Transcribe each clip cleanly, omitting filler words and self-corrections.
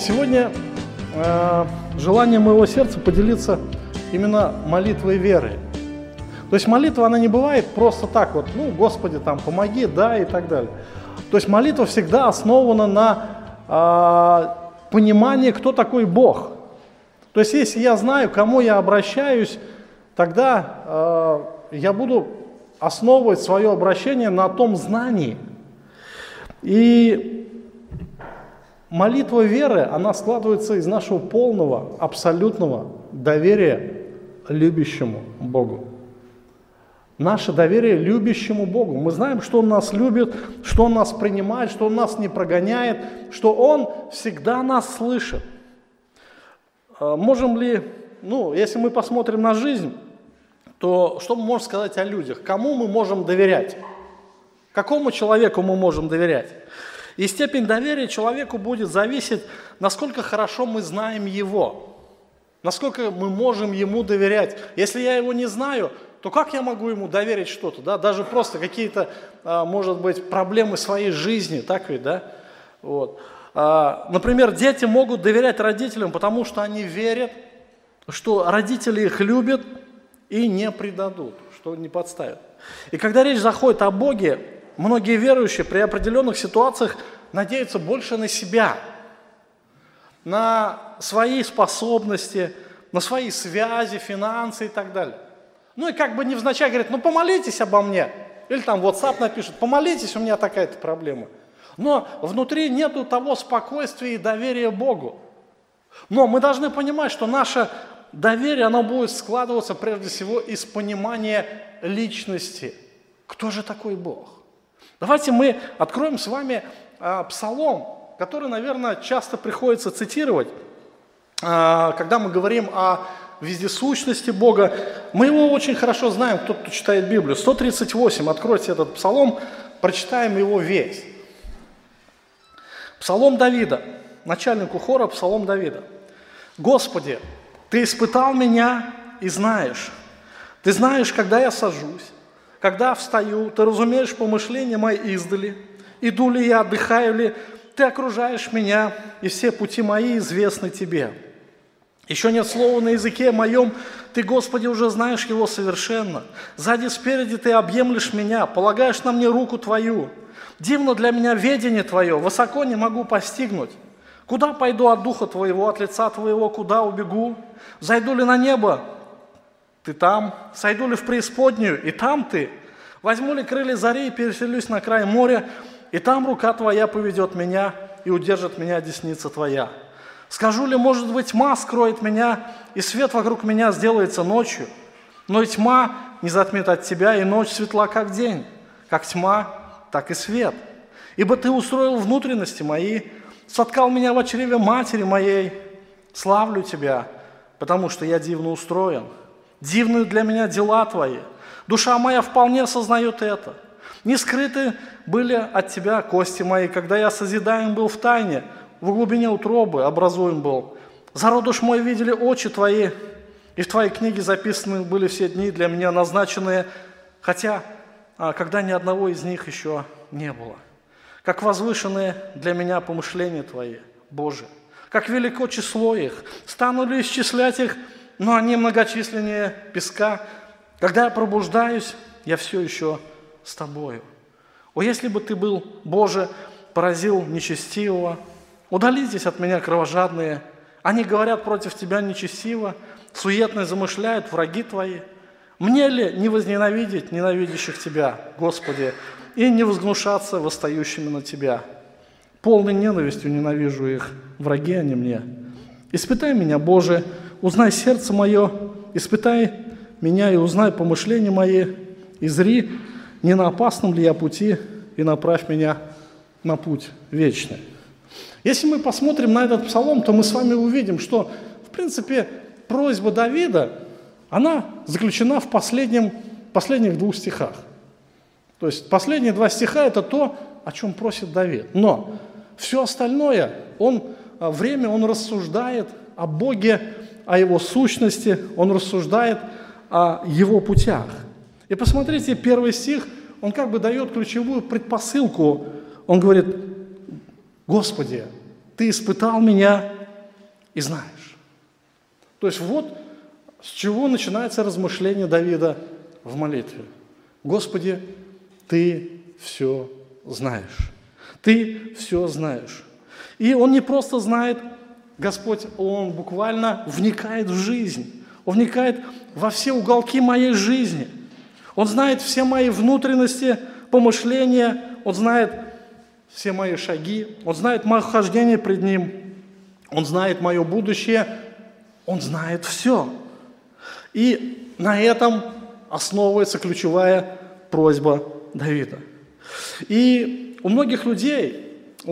Сегодня желание моего сердца поделиться именно молитвой веры. То есть молитва, она не бывает просто так вот, Господи, там, помоги, да, и так далее. То есть молитва всегда основана на понимании, кто такой Бог. То есть если я знаю, к кому я обращаюсь, тогда я буду основывать свое обращение на том знании. И молитва веры, она складывается из нашего полного, абсолютного доверия любящему Богу. Наше доверие любящему Богу. Мы знаем, что Он нас любит, что Он нас принимает, что Он нас не прогоняет, что Он всегда нас слышит. Можем ли, если мы посмотрим на жизнь, то что мы можем сказать о людях? Кому мы можем доверять? Какому человеку мы можем доверять? И степень доверия человеку будет зависеть, насколько хорошо мы знаем его, насколько мы можем ему доверять. Если я его не знаю, то как я могу ему доверить что-то? Да? Даже просто какие-то, может быть, проблемы своей жизни, так ведь, да? Вот. Например, дети могут доверять родителям, потому что они верят, что родители их любят и не предадут, что не подставят. И когда речь заходит о Боге, многие верующие при определенных ситуациях надеются больше на себя, на свои способности, на свои связи, финансы и так далее. И как бы невзначай говорят, помолитесь обо мне. Или там WhatsApp напишут, помолитесь, у меня такая-то проблема. Но внутри нету того спокойствия и доверия Богу. Но мы должны понимать, что наше доверие, оно будет складываться прежде всего из понимания личности. Кто же такой Бог? Давайте мы откроем с вами псалом, который, наверное, часто приходится цитировать, когда мы говорим о вездесущности Бога. Мы его очень хорошо знаем, кто читает Библию. 138, откройте этот псалом, прочитаем его весь. Псалом Давида, начальнику хора, псалом Давида. «Господи, Ты испытал меня и знаешь. Ты знаешь, когда я сажусь, когда встаю, Ты разумеешь помышления мои издали. Иду ли я, отдыхаю ли, Ты окружаешь меня, и все пути мои известны Тебе. Еще нет слова на языке моем, Ты, Господи, уже знаешь его совершенно. Сзади, спереди Ты объемлешь меня, полагаешь на мне руку Твою. Дивно для меня ведение Твое, высоко не могу постигнуть. Куда пойду от Духа Твоего, от лица Твоего, куда убегу? Зайду ли на небо? Ты там. Сойду ли в преисподнюю? И там Ты. Возьму ли крылья зари и переселюсь на край моря? И там рука Твоя поведет меня, и удержит меня десница Твоя. Скажу ли, может быть, тьма скроет меня, и свет вокруг меня сделается ночью? Но и тьма не затмит от Тебя, и ночь светла, как день, как тьма, так и свет. Ибо Ты устроил внутренности мои, соткал меня в чреве матери моей. Славлю Тебя, потому что я дивно устроен. Дивны для меня дела Твои. Душа моя вполне осознает это. Не скрыты были от Тебя кости мои, когда я созидаем был в тайне, в глубине утробы образуем был. Зародыш мой видели очи Твои, и в Твоей книге записаны были все дни для меня назначенные, хотя когда ни одного из них еще не было. Как возвышенные для меня помышления Твои, Боже, как велико число их, стану ли исчислять их, но они многочисленнее песка. Когда я пробуждаюсь, я все еще с Тобою. О, если бы Ты был, Боже, поразил нечестивого, удалитесь от меня, кровожадные. Они говорят против Тебя нечестиво, суетно замышляют враги Твои. Мне ли не возненавидеть ненавидящих Тебя, Господи, и не возгнушаться восстающими на Тебя? Полной ненавистью ненавижу их, враги они мне. Испытай меня, Боже, узнай сердце мое, испытай меня и узнай помышления мои, и зри, не на опасном ли я пути, и направь меня на путь вечный». Если мы посмотрим на этот псалом, то мы с вами увидим, что, в принципе, просьба Давида, она заключена в последних двух стихах. То есть последние два стиха – это то, о чем просит Давид. Но все остальное, время он рассуждает о Боге, о Его сущности, он рассуждает о Его путях. И посмотрите, первый стих, он как бы дает ключевую предпосылку. Он говорит: «Господи, Ты испытал меня и знаешь. То есть вот с чего начинается размышление Давида в молитве. Господи, Ты все знаешь. Ты все знаешь. И он не просто знает, Господь, он буквально вникает в жизнь. Он вникает во все уголки моей жизни. Он знает все мои внутренности, помышления. Он знает все мои шаги. Он знает мое хождение пред Ним. Он знает мое будущее. Он знает все. И на этом основывается ключевая просьба Давида. И у многих людей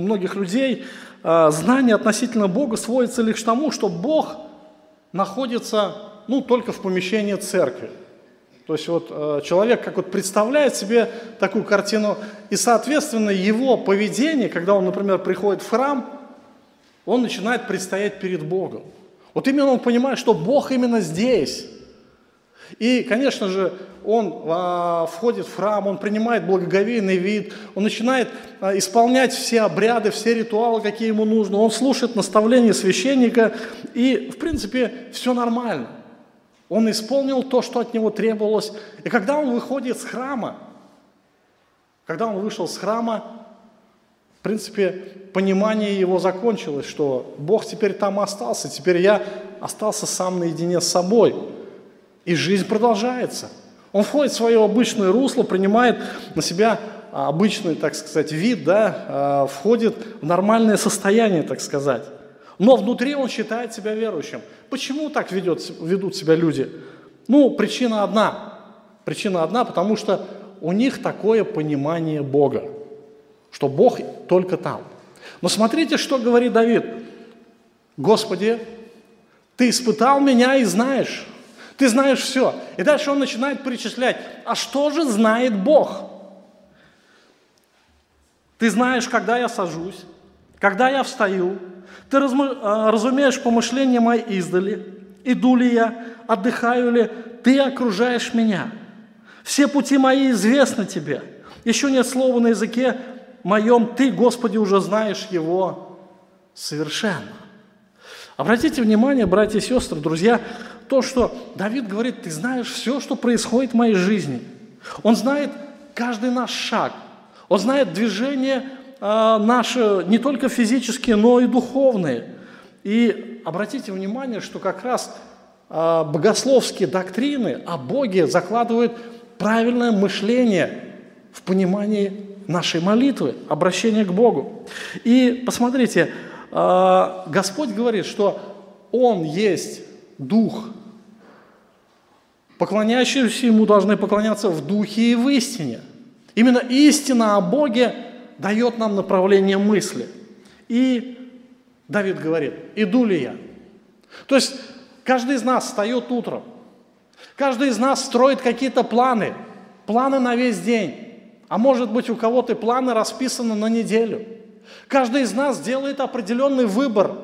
знание относительно Бога сводится лишь к тому, что Бог находится только в помещении церкви. То есть человек как представляет себе такую картину, и, соответственно, его поведение, когда он, например, приходит в храм, он начинает предстоять перед Богом. Вот именно он понимает, что Бог именно здесь. И, конечно же, он входит в храм, он принимает благоговейный вид, он начинает исполнять все обряды, все ритуалы, какие ему нужны, он слушает наставления священника, и, в принципе, все нормально. Он исполнил то, что от него требовалось. И когда он выходит с храма, когда он вышел с храма, в принципе, понимание его закончилось, что Бог теперь там остался, теперь я остался сам наедине с собой. И жизнь продолжается. Он входит в свое обычное русло, принимает на себя обычный, так сказать, вид, входит в нормальное состояние, так сказать. Но внутри он считает себя верующим. Почему так ведут себя люди? Причина одна. Причина одна, потому что у них такое понимание Бога, что Бог только там. Но смотрите, что говорит Давид. «Господи, Ты испытал меня и знаешь». Ты знаешь все. И дальше он начинает перечислять, а что же знает Бог? Ты знаешь, когда я сажусь, когда я встаю. Ты разумеешь помышления мои издали. Иду ли я, отдыхаю ли, ты окружаешь меня. Все пути мои известны тебе. Еще нет слова на языке моем, ты, Господи, уже знаешь его совершенно. Обратите внимание, братья и сестры, друзья, то, что Давид говорит, ты знаешь все, что происходит в моей жизни. Он знает каждый наш шаг. Он знает движения наши не только физические, но и духовные. И обратите внимание, что как раз богословские доктрины о Боге закладывают правильное мышление в понимании нашей молитвы, обращения к Богу. И посмотрите, Господь говорит, что Он есть Дух. Поклоняющиеся Ему должны поклоняться в Духе и в истине. Именно истина о Боге дает нам направление мысли. И Давид говорит, иду ли я? То есть каждый из нас встает утром, каждый из нас строит какие-то планы на весь день. А может быть, у кого-то планы расписаны на неделю. Каждый из нас делает определенный выбор,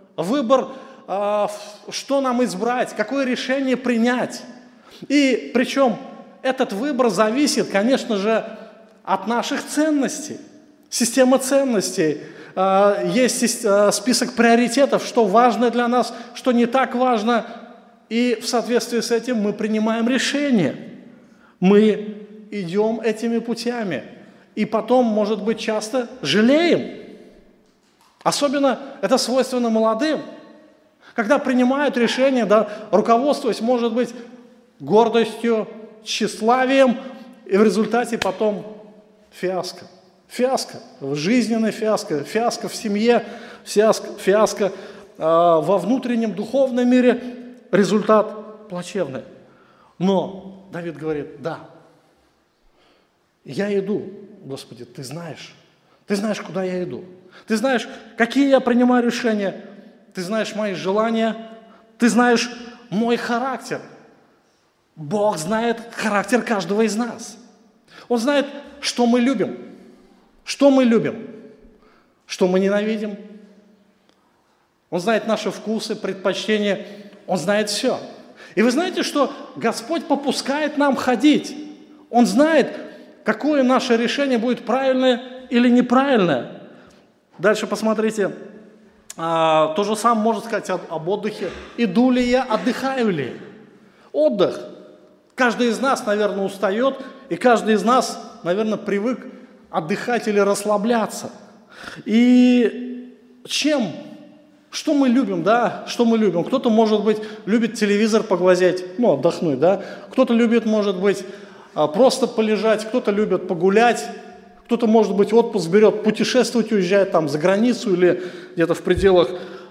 что нам избрать, какое решение принять. И причем этот выбор зависит, конечно же, от наших ценностей. Система ценностей. Есть список приоритетов, что важно для нас, что не так важно. И в соответствии с этим мы принимаем решение. Мы идем этими путями. И потом, может быть, часто жалеем. Особенно это свойственно молодым. Когда принимают решения, руководствуясь, может быть, гордостью, тщеславием, и в результате потом фиаско. Фиаско, жизненное фиаско, фиаско в семье, фиаско во внутреннем духовном мире, результат плачевный. Но Давид говорит, да, я иду, Господи, Ты знаешь, куда я иду. Ты знаешь, какие я принимаю решения, Ты знаешь мои желания, Ты знаешь мой характер. Бог знает характер каждого из нас. Он знает, что мы любим, что мы ненавидим. Он знает наши вкусы, предпочтения, Он знает все. И вы знаете, что Господь попускает нам ходить. Он знает, какое наше решение будет правильное или неправильное. Дальше посмотрите, то же самое можно сказать об отдыхе. Иду ли я, отдыхаю ли? Отдых. Каждый из нас, наверное, устает, и каждый из нас, наверное, привык отдыхать или расслабляться. И что мы любим, да? Что мы любим? Кто-то, может быть, любит телевизор поглазеть, отдохнуть, да? Кто-то любит, может быть, просто полежать, кто-то любит погулять, кто-то, может быть, отпуск берет, путешествовать, уезжает там за границу или где-то в пределах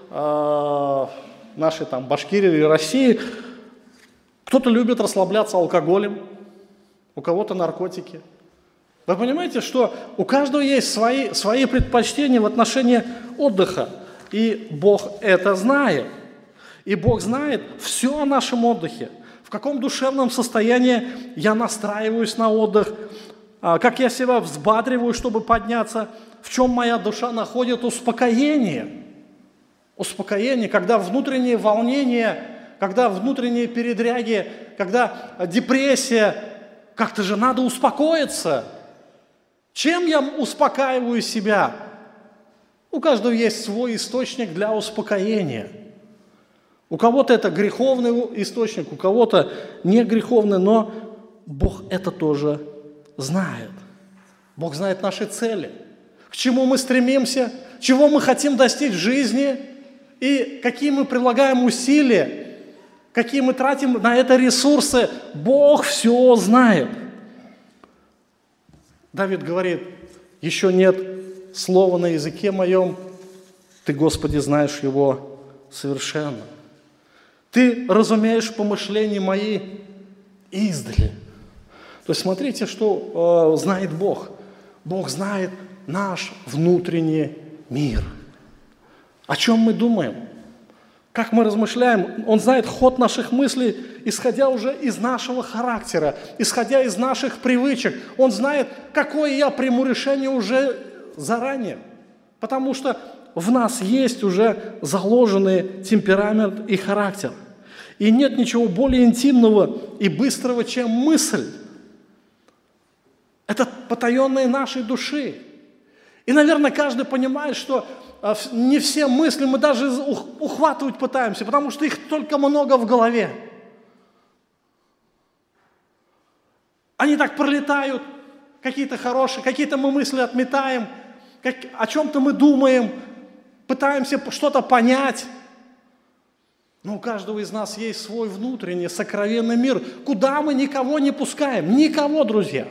нашей там Башкирии или России. Кто-то любит расслабляться алкоголем, у кого-то наркотики. Вы понимаете, что у каждого есть свои предпочтения в отношении отдыха. И Бог это знает. И Бог знает все о нашем отдыхе. В каком душевном состоянии я настраиваюсь на отдых, как я себя взбадриваю, чтобы подняться, в чем моя душа находит успокоение. Успокоение, когда внутреннее волнение, когда внутренние передряги, когда депрессия, как-то же надо успокоиться. Чем я успокаиваю себя? У каждого есть свой источник для успокоения. У кого-то это греховный источник, у кого-то не греховный, но Бог это тоже знает. Бог знает наши цели, к чему мы стремимся, чего мы хотим достичь в жизни и какие мы прилагаем усилия, какие мы тратим на это ресурсы. Бог все знает. Давид говорит, еще нет слова на языке моем, Ты, Господи, знаешь его совершенно. Ты разумеешь помышления мои издали. То есть смотрите, что знает Бог. Бог знает наш внутренний мир. О чем мы думаем? Как мы размышляем? Он знает ход наших мыслей, исходя уже из нашего характера, исходя из наших привычек. Он знает, какое я приму решение уже заранее. Потому что в нас есть уже заложенный темперамент и характер. И нет ничего более интимного и быстрого, чем мысль. Это потаенные нашей души. И, наверное, каждый понимает, что не все мысли мы даже ухватывать пытаемся, потому что их только много в голове. Они так пролетают, какие-то хорошие, какие-то мы мысли отметаем, о чем-то мы думаем, пытаемся что-то понять. Но у каждого из нас есть свой внутренний, сокровенный мир, куда мы никого не пускаем. Никого, друзья.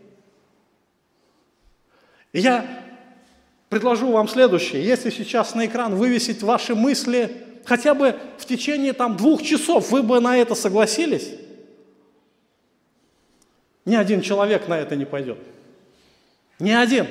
И я предложу вам следующее. Если сейчас на экран вывесить ваши мысли, хотя бы в течение 2 часов, вы бы на это согласились? Ни один человек на это не пойдет. Ни один.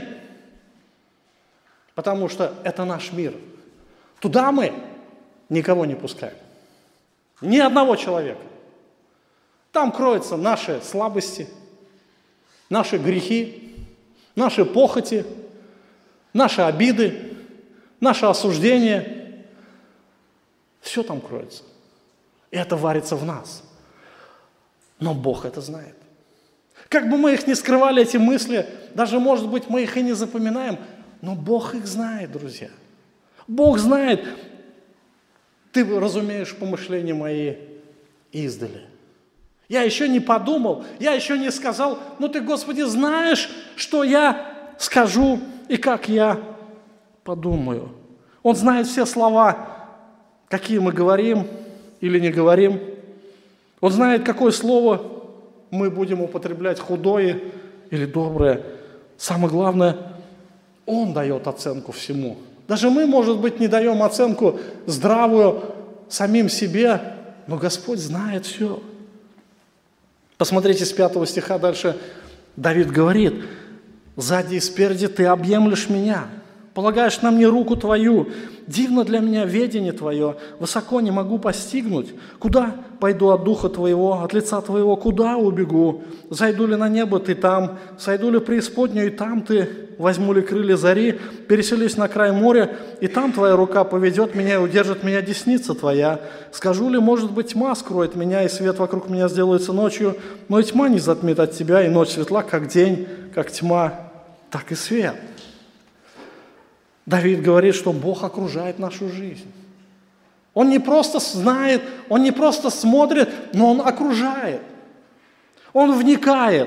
Потому что это наш мир. Туда мы никого не пускаем. Ни одного человека. Там кроются наши слабости, наши грехи, наши похоти, наши обиды, наше осуждение. Все там кроется. И это варится в нас. Но Бог это знает. Как бы мы их ни скрывали, эти мысли, даже, может быть, мы их и не запоминаем, но Бог их знает, друзья. Бог знает. Ты разумеешь помышления мои издали. Я еще не подумал, я еще не сказал, но Ты, Господи, знаешь, что я скажу и как я подумаю. Он знает все слова, какие мы говорим или не говорим. Он знает, какое слово мы будем употреблять, худое или доброе. Самое главное, Он дает оценку всему. Даже мы, может быть, не даем оценку здравую самим себе, но Господь знает все. Посмотрите, с 5 стиха дальше Давид говорит: «Сзади и спереди Ты объемлешь меня, полагаешь на мне руку Твою, дивно для меня ведение Твое, высоко не могу постигнуть. Куда пойду от духа Твоего, от лица Твоего, куда убегу? Зайду ли на небо, Ты там, сойду ли в преисподнюю, и там Ты, возьму ли крылья зари, переселюсь на край моря, и там Твоя рука поведет меня и удержит меня десница Твоя. Скажу ли, может быть, тьма скроет меня, и свет вокруг меня сделается ночью, но и тьма не затмит от Тебя, и ночь светла, как день, как тьма, так и свет». Давид говорит, что Бог окружает нашу жизнь. Он не просто знает, он не просто смотрит, но он окружает. Он вникает.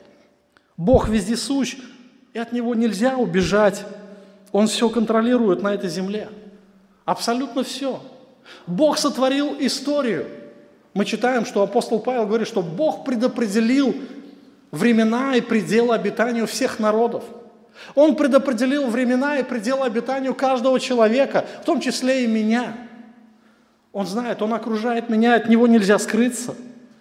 Бог вездесущ, и от Него нельзя убежать. Он все контролирует на этой земле. Абсолютно все. Бог сотворил историю. Мы читаем, что апостол Павел говорит, что Бог предопределил времена и пределы обитанию всех народов. Он предопределил времена и пределы обитанию каждого человека, в том числе и меня. Он знает, Он окружает меня, от Него нельзя скрыться.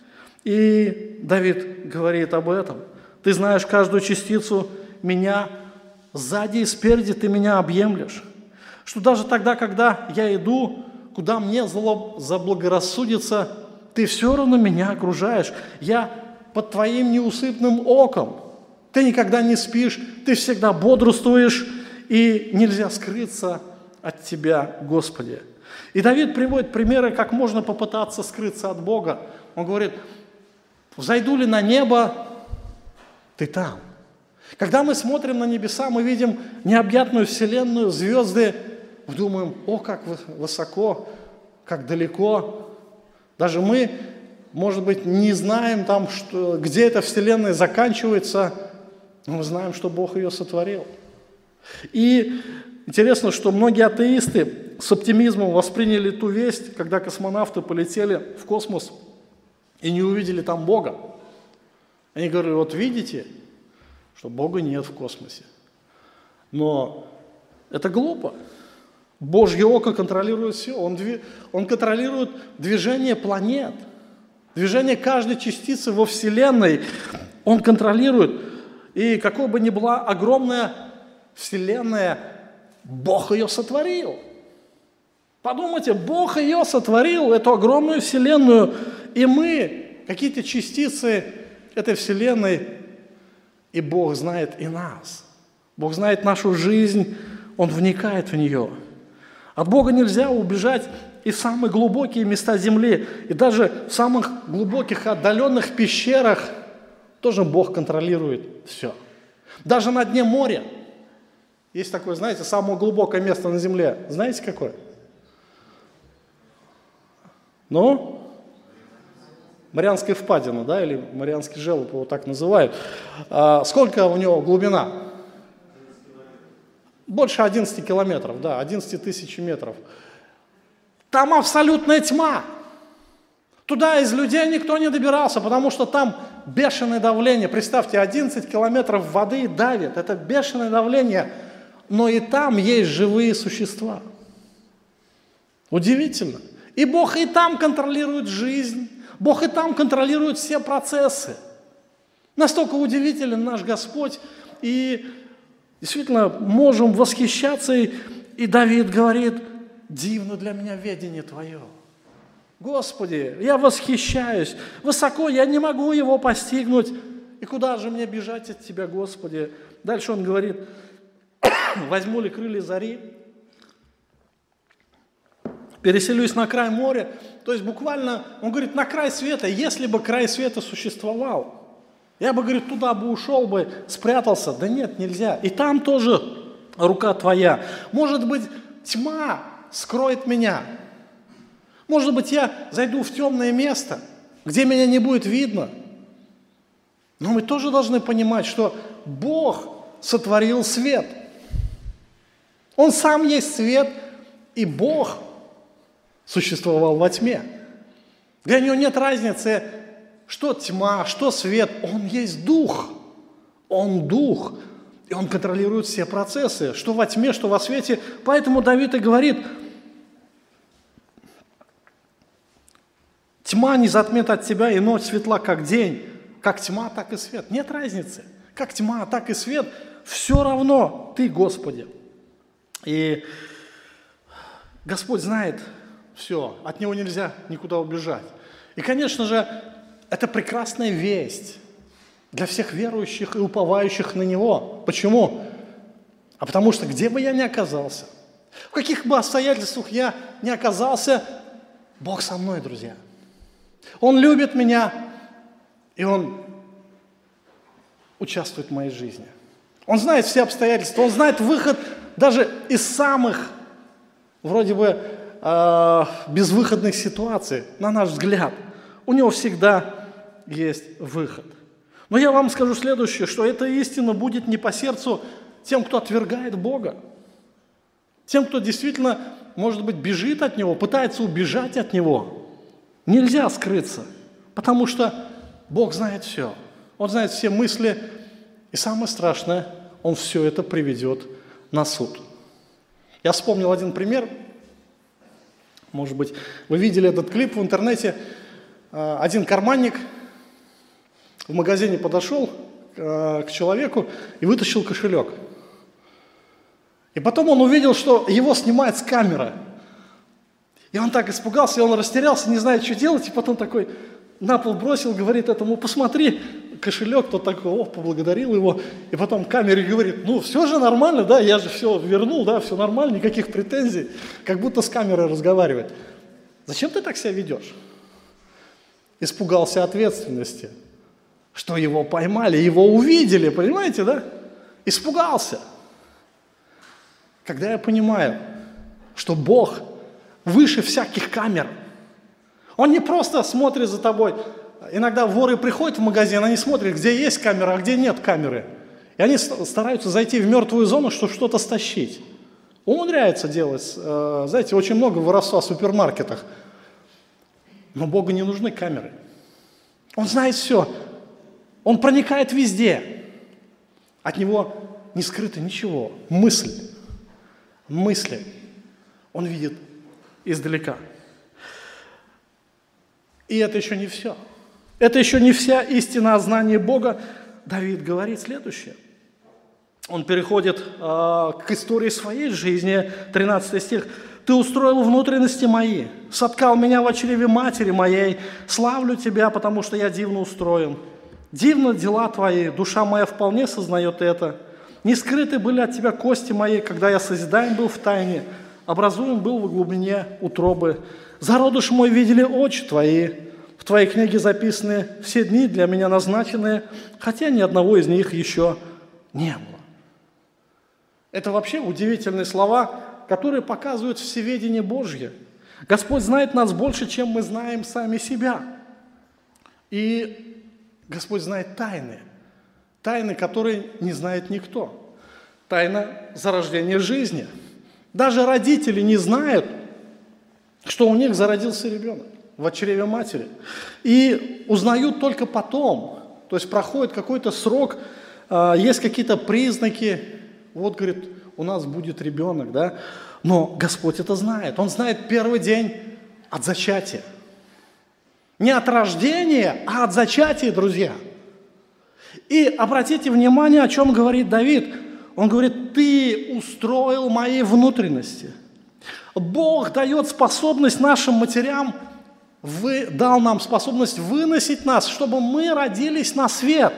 И Давид говорит об этом. Ты знаешь каждую частицу меня, сзади и спереди ты меня объемлешь. Что даже тогда, когда я иду, куда мне заблагорассудится, ты все равно меня окружаешь. Я под твоим неусыпным оком. Ты никогда не спишь, ты всегда бодрствуешь, и нельзя скрыться от тебя, Господи. И Давид приводит примеры, как можно попытаться скрыться от Бога. Он говорит, взойду ли на небо, ты там. Когда мы смотрим на небеса, мы видим необъятную вселенную, звезды, думаем, о, как высоко, как далеко. Даже мы, может быть, не знаем, там, где эта вселенная заканчивается, но мы знаем, что Бог ее сотворил. И интересно, что многие атеисты с оптимизмом восприняли ту весть, когда космонавты полетели в космос и не увидели там Бога. Они говорили, вот видите, что Бога нет в космосе. Но это глупо. Божье око контролирует все. Он контролирует движение планет, движение каждой частицы во Вселенной. Он контролирует. И какой бы ни была огромная Вселенная, Бог ее сотворил. Подумайте, Бог ее сотворил, эту огромную Вселенную, и мы, какие-то частицы этой Вселенной, и Бог знает и нас. Бог знает нашу жизнь, Он вникает в нее. От Бога нельзя убежать и в самые глубокие места земли, и даже в самых глубоких отдаленных пещерах тоже Бог контролирует все. Даже на дне моря. Есть такое, знаете, самое глубокое место на земле. Знаете, какое? Ну? Марианская впадина, да, или Марианский желоб, его так называют. Сколько у него глубина? Больше 11 километров, да, 11 тысяч метров. Там абсолютная тьма. Туда из людей никто не добирался, потому что там бешеное давление. Представьте, 11 километров воды давит. Это бешеное давление. Но и там есть живые существа. Удивительно. И Бог и там контролирует жизнь. Бог и там контролирует все процессы. Настолько удивителен наш Господь. И действительно можем восхищаться. И Давид говорит, дивно для меня ведение Твое. Господи, я восхищаюсь. Высоко я не могу его постигнуть. И куда же мне бежать от Тебя, Господи? Дальше он говорит, возьму ли крылья зари, переселюсь на край моря. То есть буквально, он говорит, на край света. Если бы край света существовал, я бы, говорит, туда бы ушел бы, спрятался. Да нет, нельзя. И там тоже рука Твоя. Может быть, тьма скроет меня. Может быть, я зайду в темное место, где меня не будет видно. Но мы тоже должны понимать, что Бог сотворил свет. Он сам есть свет, и Бог существовал во тьме. Для Него нет разницы, что тьма, что свет. Он есть Дух. Он Дух. И Он контролирует все процессы, что во тьме, что во свете. Поэтому Давид и говорит, тьма не затмет от тебя, и ночь светла, как день. Как тьма, так и свет. Нет разницы. Как тьма, так и свет. Все равно Ты, Господи. И Господь знает все. От Него нельзя никуда убежать. И, конечно же, это прекрасная весть для всех верующих и уповающих на Него. Почему? А потому что где бы я ни оказался, в каких бы обстоятельствах я ни оказался, Бог со мной, друзья. Он любит меня, и Он участвует в моей жизни. Он знает все обстоятельства, Он знает выход даже из самых, вроде бы, безвыходных ситуаций, на наш взгляд, у него всегда есть выход. Но я вам скажу следующее, что эта истина будет не по сердцу тем, кто отвергает Бога, тем, кто действительно, может быть, бежит от Него, пытается убежать от Него. Нельзя скрыться, потому что Бог знает все. Он знает все мысли, и самое страшное, Он все это приведет на суд. Я вспомнил один пример. Может быть, вы видели этот клип в интернете. Один карманник в магазине подошел к человеку и вытащил кошелек. И потом он увидел, что его снимает с камеры. И он так испугался, и он растерялся, не знает, что делать. И потом такой на пол бросил, говорит этому: посмотри, кошелек. Тот такой, поблагодарил его. И потом камере говорит: ну, все же нормально, да, я же все вернул, да, все нормально, никаких претензий. Как будто с камерой разговаривает. Зачем ты так себя ведешь? Испугался ответственности, что его поймали, его увидели, понимаете, да? Испугался. Когда я понимаю, что Бог выше всяких камер, Он не просто смотрит за тобой. Иногда воры приходят в магазин, они смотрят, где есть камера, а где нет камеры. И они стараются зайти в мертвую зону, чтобы что-то стащить. Умудряются делать, знаете, очень много воровства в супермаркетах. Но Богу не нужны камеры. Он знает все. Он проникает везде. От Него не скрыто ничего. Мысли. Он видит издалека. И это еще не все. Это еще не вся истина о знании Бога. Давид говорит следующее. Он переходит к истории своей жизни, 13 стих. «Ты устроил внутренности мои, соткал меня в чреве матери моей. Славлю Тебя, потому что я дивно устроен. Дивно дела Твои, душа моя вполне сознает это. Не скрыты были от Тебя кости мои, когда я созидаем был в тайне, образуем был во глубине утробы. Зародыш мой видели очи Твои, в Твоей книге записаны все дни для меня назначенные, хотя ни одного из них еще не было». Это вообще удивительные слова, которые показывают всеведение Божье. Господь знает нас больше, чем мы знаем сами себя. И Господь знает тайны. Тайны, которые не знает никто. Тайна зарождения жизни. Даже родители не знают, что у них зародился ребенок в чреве матери. И узнают только потом. То есть проходит какой-то срок, есть какие-то признаки. Вот, говорит, у нас будет ребенок, да? Но Господь это знает. Он знает первый день от зачатия. Не от рождения, а от зачатия, друзья. И обратите внимание, о чем говорит Давид. Он говорит: «Ты устроил мои внутренности». Бог дает способность нашим матерям, дал нам способность выносить нас, чтобы мы родились на свет.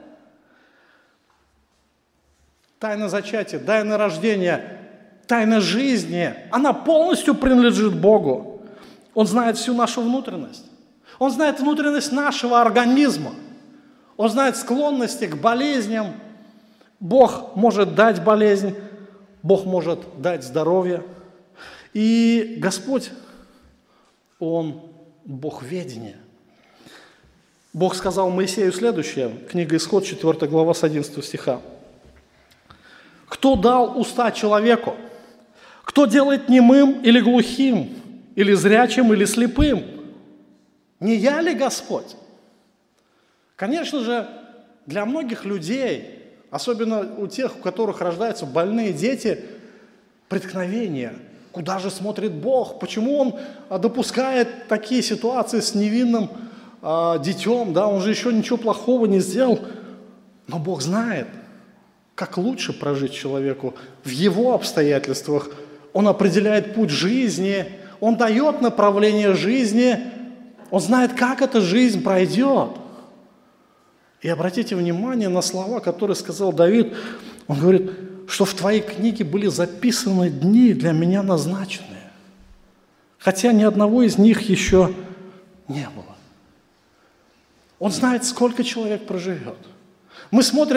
Тайна зачатия, тайна рождения, тайна жизни, она полностью принадлежит Богу. Он знает всю нашу внутренность. Он знает внутренность нашего организма. Он знает склонности к болезням. Бог может дать болезнь, Бог может дать здоровье. И Господь, Он Бог ведения. Бог сказал Моисею следующее, книга Исход, 4 глава, с 11 стиха. «Кто дал уста человеку? Кто делает немым или глухим, или зрячим, или слепым? Не я ли Господь?» Конечно же, для многих людей, особенно у тех, у которых рождаются больные дети, преткновение. Куда же смотрит Бог? Почему Он допускает такие ситуации с невинным детем? Да, Он же еще ничего плохого не сделал. Но Бог знает, как лучше прожить человеку в его обстоятельствах. Он определяет путь жизни, Он дает направление жизни, Он знает, как эта жизнь пройдет. И обратите внимание на слова, которые сказал Давид. Он говорит, что в Твоей книге были записаны дни для меня назначенные, хотя ни одного из них еще не было. Он знает, сколько человек проживет. Мы смотрим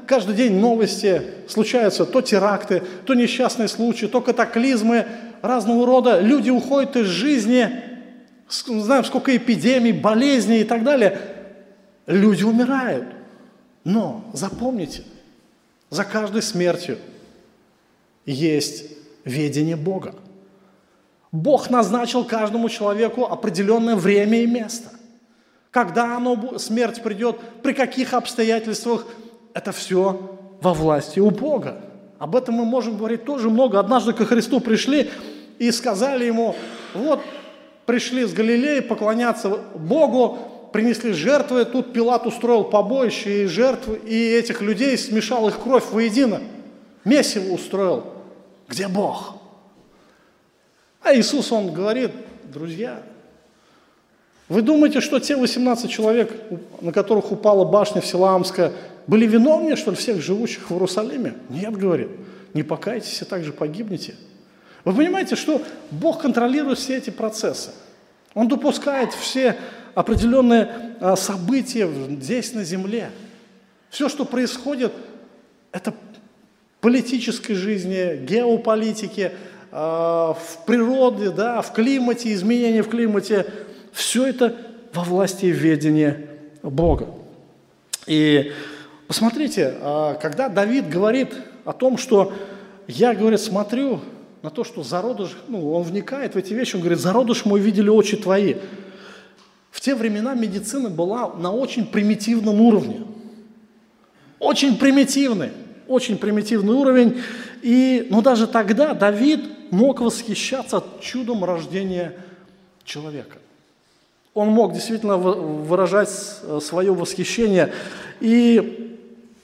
каждый день новости, случаются то теракты, то несчастные случаи, то катаклизмы разного рода. Люди уходят из жизни, знаем, сколько эпидемий, болезней и так далее. Люди умирают. Но запомните, за каждой смертью есть ведение Бога. Бог назначил каждому человеку определенное время и место. Когда смерть придет, при каких обстоятельствах, это все во власти у Бога. Об этом мы можем говорить тоже много. Однажды ко Христу пришли и сказали Ему, вот пришли с Галилеи поклоняться Богу, принесли жертвы, тут Пилат устроил побоище и жертвы, и этих людей смешал их кровь воедино. Месиво устроил. Где Бог? А Иисус, Он говорит, друзья, вы думаете, что те 18 человек, на которых упала башня Силаамская, были виновнее, что ли, всех живущих в Иерусалиме? Нет, говорит, не покайтесь и также погибнете. Вы понимаете, что Бог контролирует все эти процессы. Он допускает все определенные события здесь, на земле. Все, что происходит, это в политической жизни, геополитике, в природе, да, в климате, изменения в климате. Все это во власти ведения Бога. И посмотрите, когда Давид говорит о том, что я, говорит, смотрю на то, что зародыш, он вникает в эти вещи, он говорит, зародыш мой видели очи твои. В те времена медицина была на очень примитивном уровне. Очень примитивный уровень. Но даже тогда Давид мог восхищаться чудом рождения человека. Он мог действительно выражать свое восхищение. И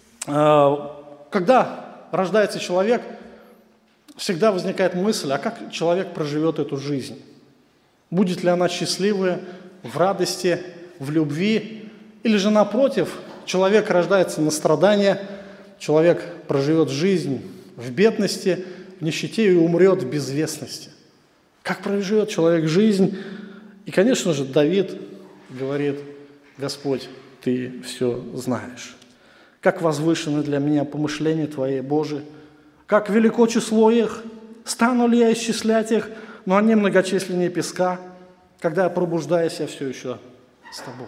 когда рождается человек, всегда возникает мысль, а как человек проживет эту жизнь? Будет ли она счастливая, в радости, в любви? Или же напротив, человек рождается на страдания, человек проживет жизнь в бедности, в нищете и умрет в безвестности. Как проживет человек жизнь? И, конечно же, Давид говорит, Господь, Ты все знаешь. Как возвышены для меня помышления Твои, Божии, как велико число их, стану ли я исчислять их, но они многочисленнее песка, когда я пробуждаюсь, я все еще с Тобой.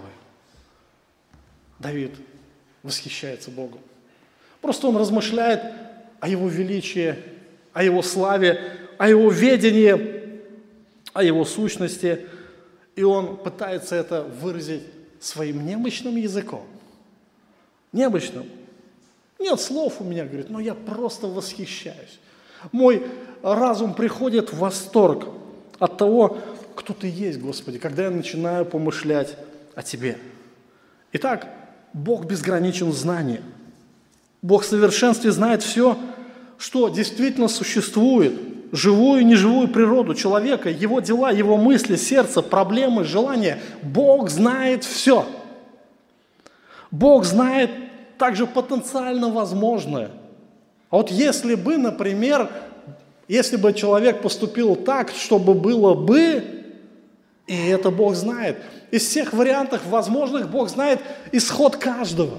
Давид восхищается Богом. Просто он размышляет о Его величии, о Его славе, о Его ведении, о Его сущности, и он пытается это выразить своим немощным языком. Немощным. Нет слов у меня, говорит, но я просто восхищаюсь. Мой разум приходит в восторг от того, кто Ты есть, Господи, когда я начинаю помышлять о Тебе. Итак, Бог безграничен в знании. Бог в совершенстве знает все, что действительно существует, живую и неживую природу человека, его дела, его мысли, сердце, проблемы, желания. Бог знает все. Бог знает также потенциально возможное. А вот если бы, например, если бы человек поступил так, чтобы было бы, и это Бог знает. Из всех вариантов возможных Бог знает исход каждого.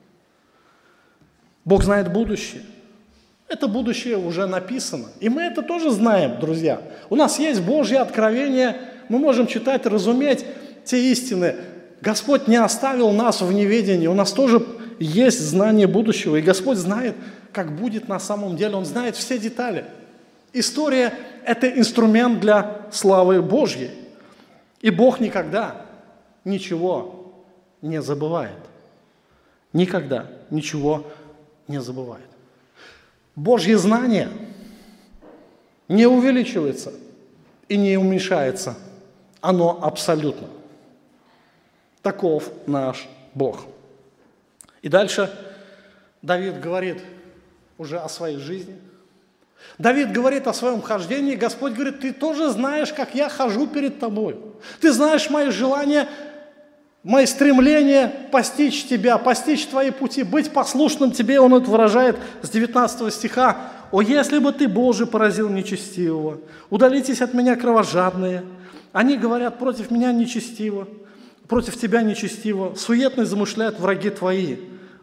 Бог знает будущее. Это будущее уже написано. И мы это тоже знаем, друзья. У нас есть Божье откровение, мы можем читать, разуметь те истины. Господь не оставил нас в неведении, у нас тоже есть знание будущего. И Господь знает, как будет на самом деле, Он знает все детали. История – это инструмент для славы Божьей. И Бог никогда ничего не забывает. Никогда ничего не забывает. Божье знание не увеличивается и не уменьшается. Оно абсолютно. Таков наш Бог. И дальше Давид говорит уже о своей жизни. Давид говорит о своем хождении. Господь говорит, ты тоже знаешь, как я хожу перед тобой. Ты знаешь мои желания, мои стремления постичь тебя, постичь твои пути, быть послушным тебе. Он это выражает с 19 стиха. «О, если бы ты, Боже, поразил нечестивого, удалитесь от меня кровожадные. Они говорят против меня нечестиво, против тебя нечестиво, суетно замышляют враги твои.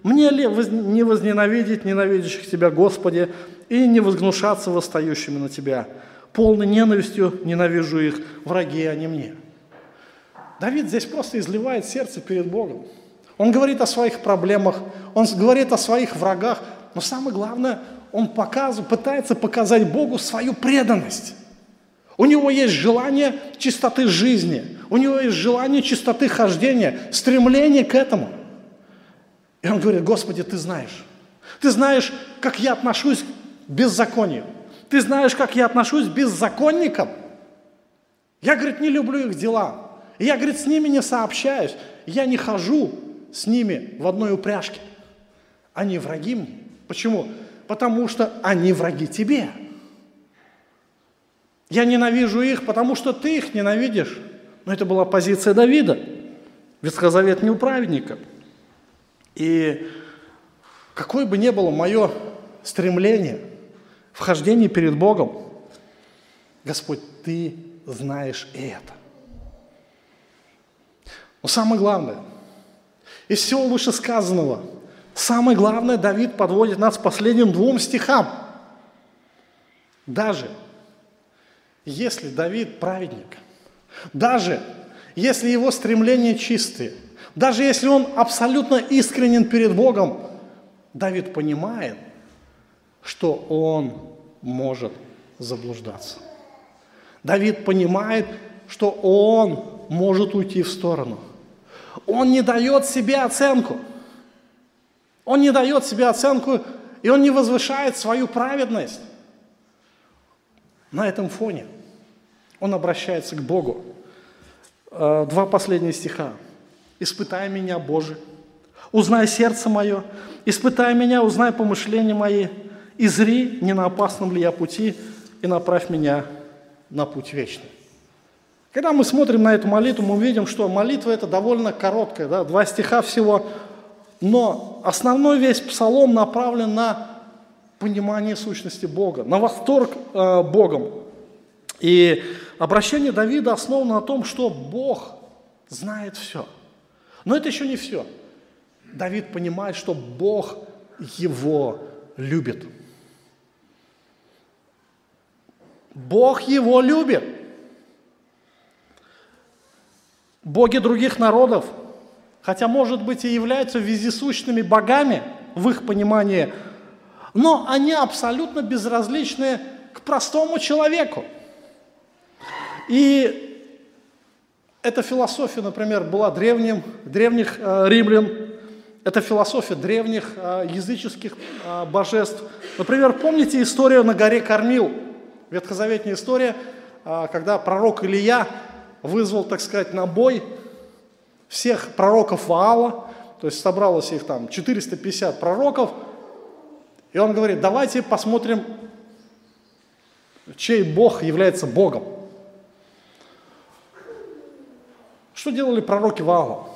Мне ли не возненавидеть ненавидящих Тебя, Господи, и не возгнушаться восстающими на Тебя? Полной ненавистью ненавижу их, враги они мне». Давид здесь просто изливает сердце перед Богом. Он говорит о своих проблемах, он говорит о своих врагах, но самое главное, он пытается показать Богу свою преданность. У него есть желание чистоты жизни, у него есть желание чистоты хождения, стремление к этому. И он говорит: «Господи, Ты знаешь, как я отношусь к беззаконию, Ты знаешь, как я отношусь к беззаконникам. Я, говорит, не люблю их дела, я, говорит, с ними не сообщаюсь, я не хожу с ними в одной упряжке. Они враги мне». Почему? Потому что они враги Тебе. Я ненавижу их, потому что Ты их ненавидишь. Но это была позиция Давида, ветхозаветного праведника. И какое бы ни было мое стремление в хождении перед Богом, Господь, Ты знаешь и это. Но самое главное, из всего вышесказанного, самое главное, Давид подводит нас к последним 2 стихам. Даже если Давид праведник, даже если его стремления чистые, даже если он абсолютно искренен перед Богом, Давид понимает, что он может заблуждаться. Давид понимает, что он может уйти в сторону. Он не дает себе оценку. Он не дает себе оценку, и он не возвышает свою праведность. На этом фоне он обращается к Богу. 2 последних стиха. «Испытай меня, Боже, узнай сердце мое, испытай меня, узнай помышления мои, и зри, не на опасном ли я пути, и направь меня на путь вечный». Когда мы смотрим на эту молитву, мы видим, что молитва эта довольно короткая, 2 стиха всего, но основной весь псалом направлен на понимание сущности Бога, на восторг Богом. И обращение Давида основано на том, что Бог знает все. Но это еще не все. Давид понимает, что Бог его любит. Бог его любит. Боги других народов, хотя, может быть, и являются вездесущными богами в их понимании, но они абсолютно безразличны к простому человеку. И эта философия, например, была древних римлян, это философия древних языческих божеств. Например, помните историю на горе Кормил? Ветхозаветная история, когда пророк Илия вызвал, так сказать, на бой всех пророков Ваала, то есть собралось их там 450 пророков, и он говорит: давайте посмотрим, чей Бог является Богом. Что делали пророки Ваала?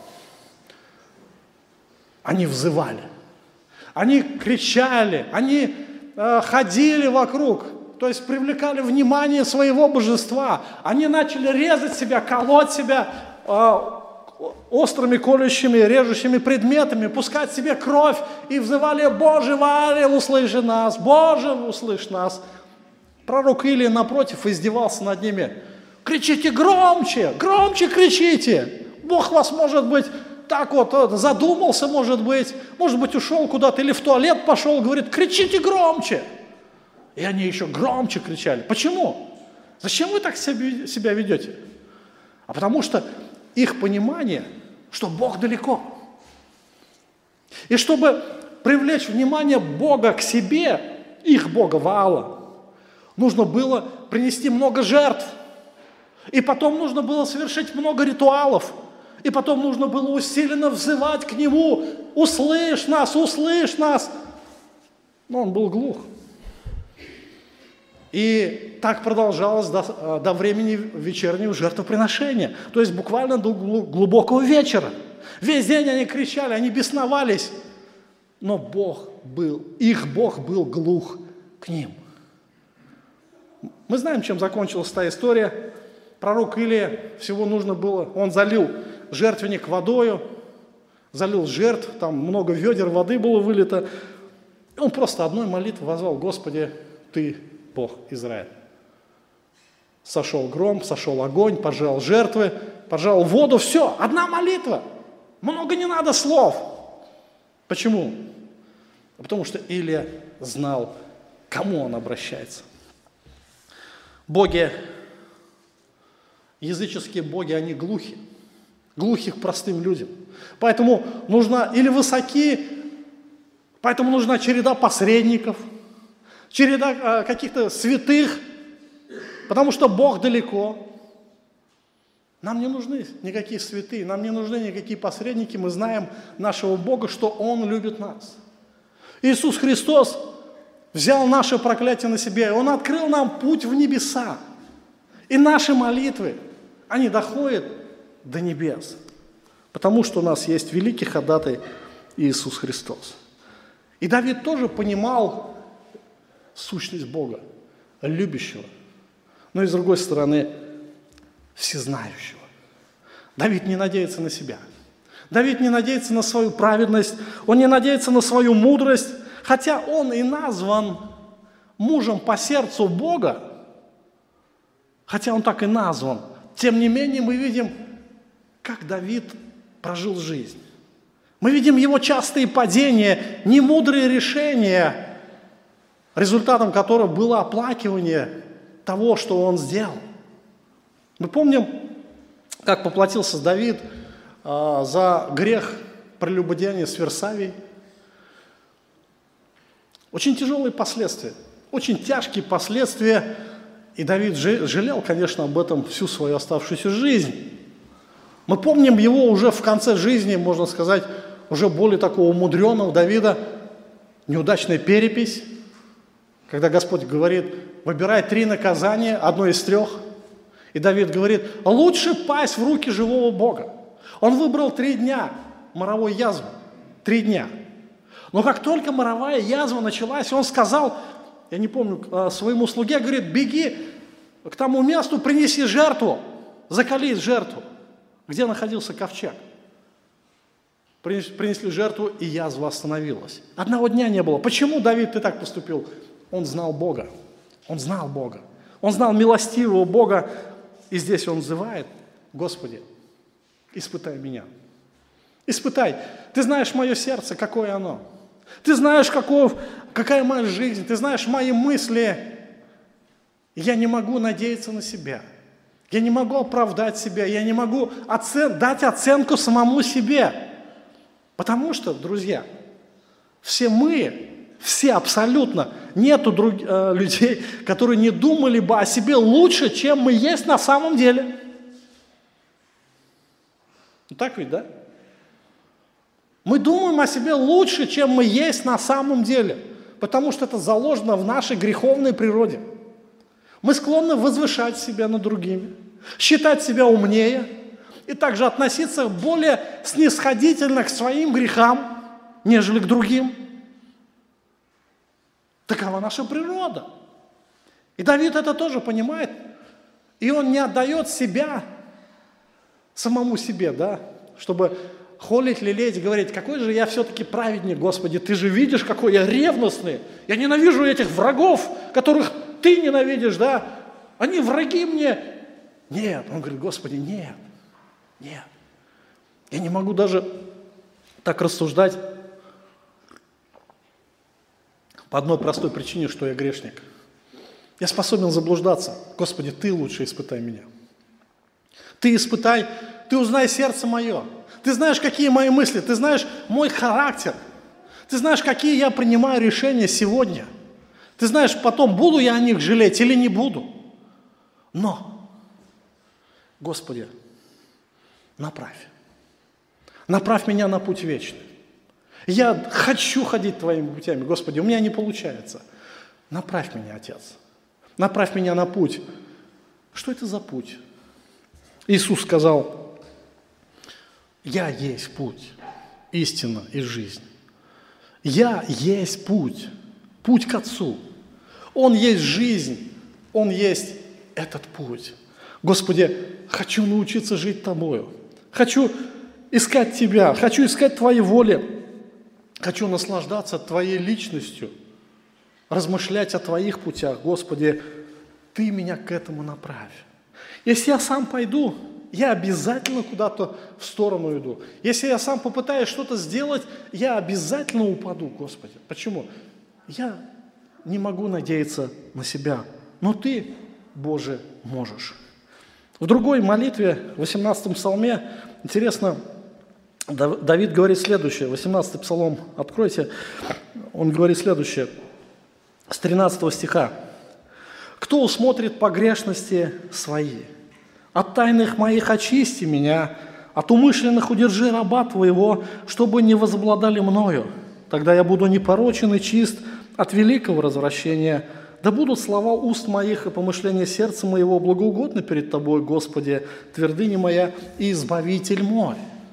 Они взывали, они кричали, они ходили вокруг, то есть привлекали внимание своего божества. Они начали резать себя, колоть себя острыми, колющими, режущими предметами, пускать себе кровь и взывали: «Боже, Ваале, услыши нас! Боже, услышь нас!» Пророк Илия, напротив, издевался над ними: «Кричите громче, громче кричите! Бог вас, может быть, так вот задумался, может быть, ушел куда-то или в туалет пошел, говорит: кричите громче!» И они еще громче кричали. Почему? Зачем вы так себя ведете? А потому что их понимание, что Бог далеко. И чтобы привлечь внимание Бога к себе, их Бога Ваала, нужно было принести много жертв. И потом нужно было совершить много ритуалов. И потом нужно было усиленно взывать к Нему: «Услышь нас, услышь нас!» Но он был глух. И так продолжалось до времени вечернего жертвоприношения. То есть буквально до глубокого вечера. Весь день они кричали, они бесновались. Но их Бог был глух к ним. Мы знаем, чем закончилась та история. Пророк Илия, всего нужно было, он залил жертвенник водою, залил жертв, там много ведер воды было вылито. И он просто одной молитвой возвал: Господи, Ты Бог Израиля. Сошел гром, сошел огонь, пожал жертвы, пожал воду, все, одна молитва. Много не надо слов. Почему? Потому что Илия знал, к кому он обращается. Боги, языческие боги, они глухи. Глухи к простым людям. Поэтому нужна или высоки, поэтому нужна череда посредников, череда каких-то святых, потому что Бог далеко. Нам не нужны никакие святые, нам не нужны никакие посредники. Мы знаем нашего Бога, что Он любит нас. Иисус Христос взял наше проклятие на себя, и Он открыл нам путь в небеса. И наши молитвы, они доходят до небес, потому что у нас есть великий ходатай Иисус Христос. И Давид тоже понимал сущность Бога, любящего, но и с другой стороны, всезнающего. Давид не надеется на себя. Давид не надеется на свою праведность, он не надеется на свою мудрость, хотя он и назван мужем по сердцу Бога, хотя он так и назван. Тем не менее, мы видим, как Давид прожил жизнь. Мы видим его частые падения, немудрые решения, результатом которых было оплакивание того, что он сделал. Мы помним, как поплатился Давид за грех прелюбодеяния с Версавией. Очень тяжелые последствия, очень тяжкие последствия. И Давид жалел, конечно, об этом всю свою оставшуюся жизнь. Мы помним его уже в конце жизни, можно сказать, уже более такого умудренного Давида, неудачная перепись, когда Господь говорит: выбирай 3 наказания, одно из 3. И Давид говорит: лучше пасть в руки живого Бога. Он выбрал 3 дня моровой язвы. 3 дня. Но как только моровая язва началась, он сказал, я не помню, своему слуге, говорит: беги к тому месту, принеси жертву, закали жертву. Где находился ковчег? Принесли жертву, и язва остановилась. Одного дня не было. Почему, Давид, ты так поступил? Он знал Бога. Он знал Бога. Он знал милостивого Бога. И здесь он взывает: Господи, испытай меня. Испытай. Ты знаешь мое сердце, какое оно. Ты знаешь, какая моя жизнь. Ты знаешь мои мысли. Я не могу надеяться на себя. Я не могу оправдать себя. Я не могу дать оценку самому себе. Потому что, друзья, все абсолютно, нету людей, которые не думали бы о себе лучше, чем мы есть на самом деле. Ну, так ведь, да? Мы думаем о себе лучше, чем мы есть на самом деле, потому что это заложено в нашей греховной природе. Мы склонны возвышать себя над другими, считать себя умнее и также относиться более снисходительно к своим грехам, нежели к другим. Такова наша природа. И Давид это тоже понимает. И он не отдает себя самому себе, да, чтобы холить, лелеять, говорить: какой же я все-таки праведник, Господи, Ты же видишь, какой я ревностный. Я ненавижу этих врагов, которых Ты ненавидишь, да. Они враги мне. Нет, он говорит: Господи, нет. Я не могу даже так рассуждать по одной простой причине, что я грешник. Я способен заблуждаться. Господи, Ты лучше испытай меня. Ты испытай, Ты узнай сердце мое. Ты знаешь, какие мои мысли, Ты знаешь мой характер. Ты знаешь, какие я принимаю решения сегодня. Ты знаешь, потом, буду я о них жалеть или не буду. Но, Господи, направь меня на путь вечный. Я хочу ходить Твоими путями, Господи, у меня не получается. Направь меня, Отец. Направь меня на путь. Что это за путь? Иисус сказал: «Я есть путь, истина и жизнь». Я есть путь к Отцу. Он есть жизнь, Он есть этот путь. Господи, хочу научиться жить Тобою. Хочу искать Тебя, хочу искать Твоей воли, хочу наслаждаться Твоей личностью, размышлять о Твоих путях. Господи, Ты меня к этому направь. Если я сам пойду, я обязательно куда-то в сторону иду. Если я сам попытаюсь что-то сделать, я обязательно упаду, Господи. Почему? Я не могу надеяться на себя, но Ты, Боже, можешь. В другой молитве, в 18-м псалме, интересно, Давид говорит следующее, 18-й псалом, откройте, он говорит следующее, с 13 стиха. «Кто усмотрит погрешности свои? От тайных моих очисти меня, от умышленных удержи раба Твоего, чтобы не возобладали мною. Тогда я буду непорочен и чист от великого развращения. Да будут слова уст моих и помышления сердца моего благоугодны перед Тобой, Господи, твердыня моя и избавитель мой».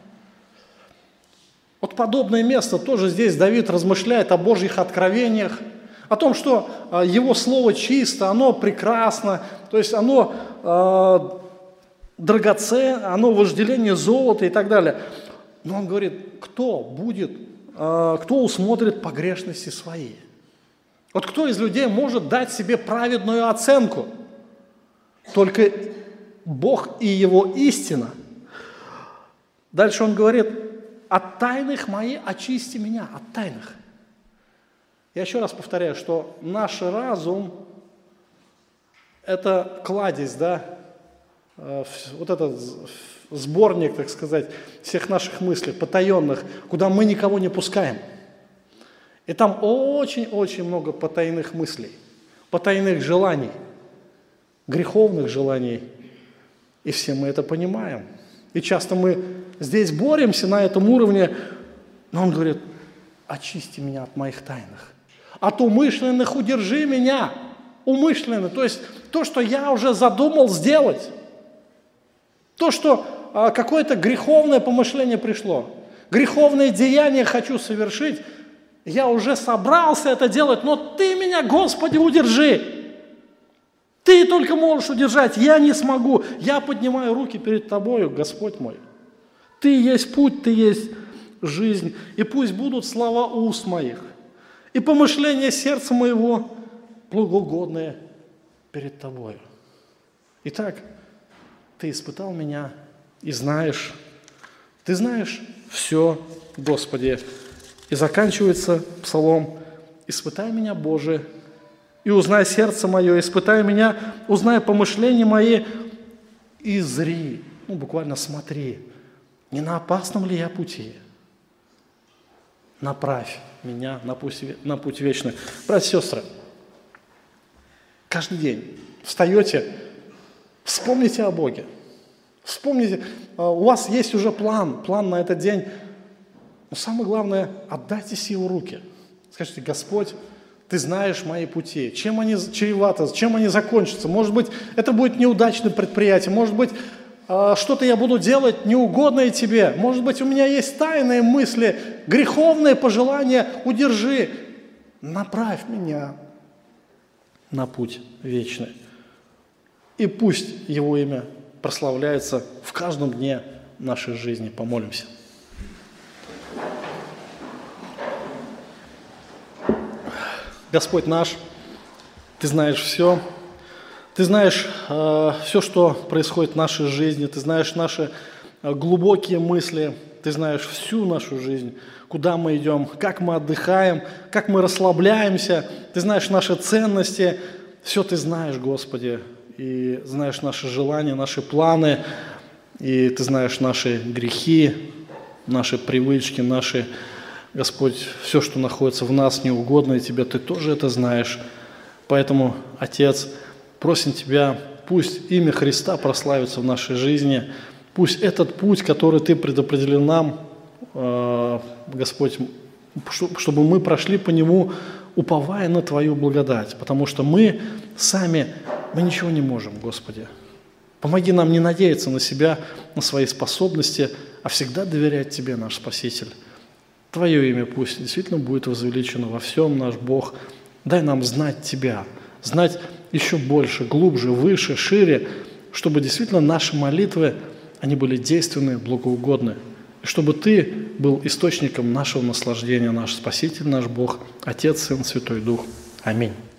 Вот подобное место тоже здесь Давид размышляет о Божьих откровениях, о том, что его слово чисто, оно прекрасно, то есть оно драгоценно, оно вожделение золота и так далее. Но он говорит, кто усмотрит погрешности свои? Вот кто из людей может дать себе праведную оценку? Только Бог и Его истина. Дальше он говорит, от тайных моих очисти меня, от тайных. Я еще раз повторяю, что наш разум – это кладезь, да, вот этот сборник, так сказать, всех наших мыслей, потаенных, куда мы никого не пускаем. И там очень-очень много потайных мыслей, потайных желаний, греховных желаний. И все мы это понимаем. И часто мы здесь боремся на этом уровне, но он говорит, очисти меня от моих тайных. От умышленных удержи меня. Умышленно, то есть то, что я уже задумал сделать. То, что какое-то греховное помышление пришло. Греховное деяние хочу совершить. Я уже собрался это делать, но Ты меня, Господи, удержи. Ты только можешь удержать, я не смогу. Я поднимаю руки перед Тобою, Господь мой. Ты есть путь, Ты есть жизнь. И пусть будут слова уст моих и помышления сердца моего благоугодные перед Тобою. Итак, Ты испытал меня и знаешь, Ты знаешь все, Господи. И заканчивается псалом: «Испытай меня, Боже, и узнай сердце мое, испытай меня, узнай помышления мои, и зри», буквально смотри, не на опасном ли я пути. Направь меня на путь вечный. Братья и сестры, каждый день встаете, вспомните о Боге. Вспомните, у вас есть уже план на этот день. Но самое главное, отдайтесь Его руки. Скажите: Господь, Ты знаешь мои пути, чем они чреваты, чем они закончатся. Может быть, это будет неудачное предприятие, может быть, что-то я буду делать неугодное Тебе. Может быть, у меня есть тайные мысли, греховные пожелания. Удержи, направь меня на путь вечный. И пусть Его имя прославляется в каждом дне нашей жизни. Помолимся. Господь наш, Ты знаешь все. Ты знаешь все, что происходит в нашей жизни. Ты знаешь наши глубокие мысли. Ты знаешь всю нашу жизнь, куда мы идем, как мы отдыхаем, как мы расслабляемся. Ты знаешь наши ценности. Все Ты знаешь, Господи. И знаешь наши желания, наши планы. И Ты знаешь наши грехи, наши привычки, наши... Господь, все, что находится в нас, неугодное Тебе, Ты тоже это знаешь. Поэтому, Отец, просим Тебя, пусть имя Христа прославится в нашей жизни, пусть этот путь, который Ты предопределил нам, Господь, чтобы мы прошли по нему, уповая на Твою благодать, потому что мы сами, мы ничего не можем, Господи. Помоги нам не надеяться на себя, на свои способности, а всегда доверять Тебе, наш Спаситель. Твое имя пусть действительно будет возвеличено во всем, наш Бог. Дай нам знать Тебя, знать еще больше, глубже, выше, шире, чтобы действительно наши молитвы, они были действенны, благоугодны И чтобы Ты был источником нашего наслаждения, наш Спаситель, наш Бог, Отец, Сын, Святой Дух. Аминь.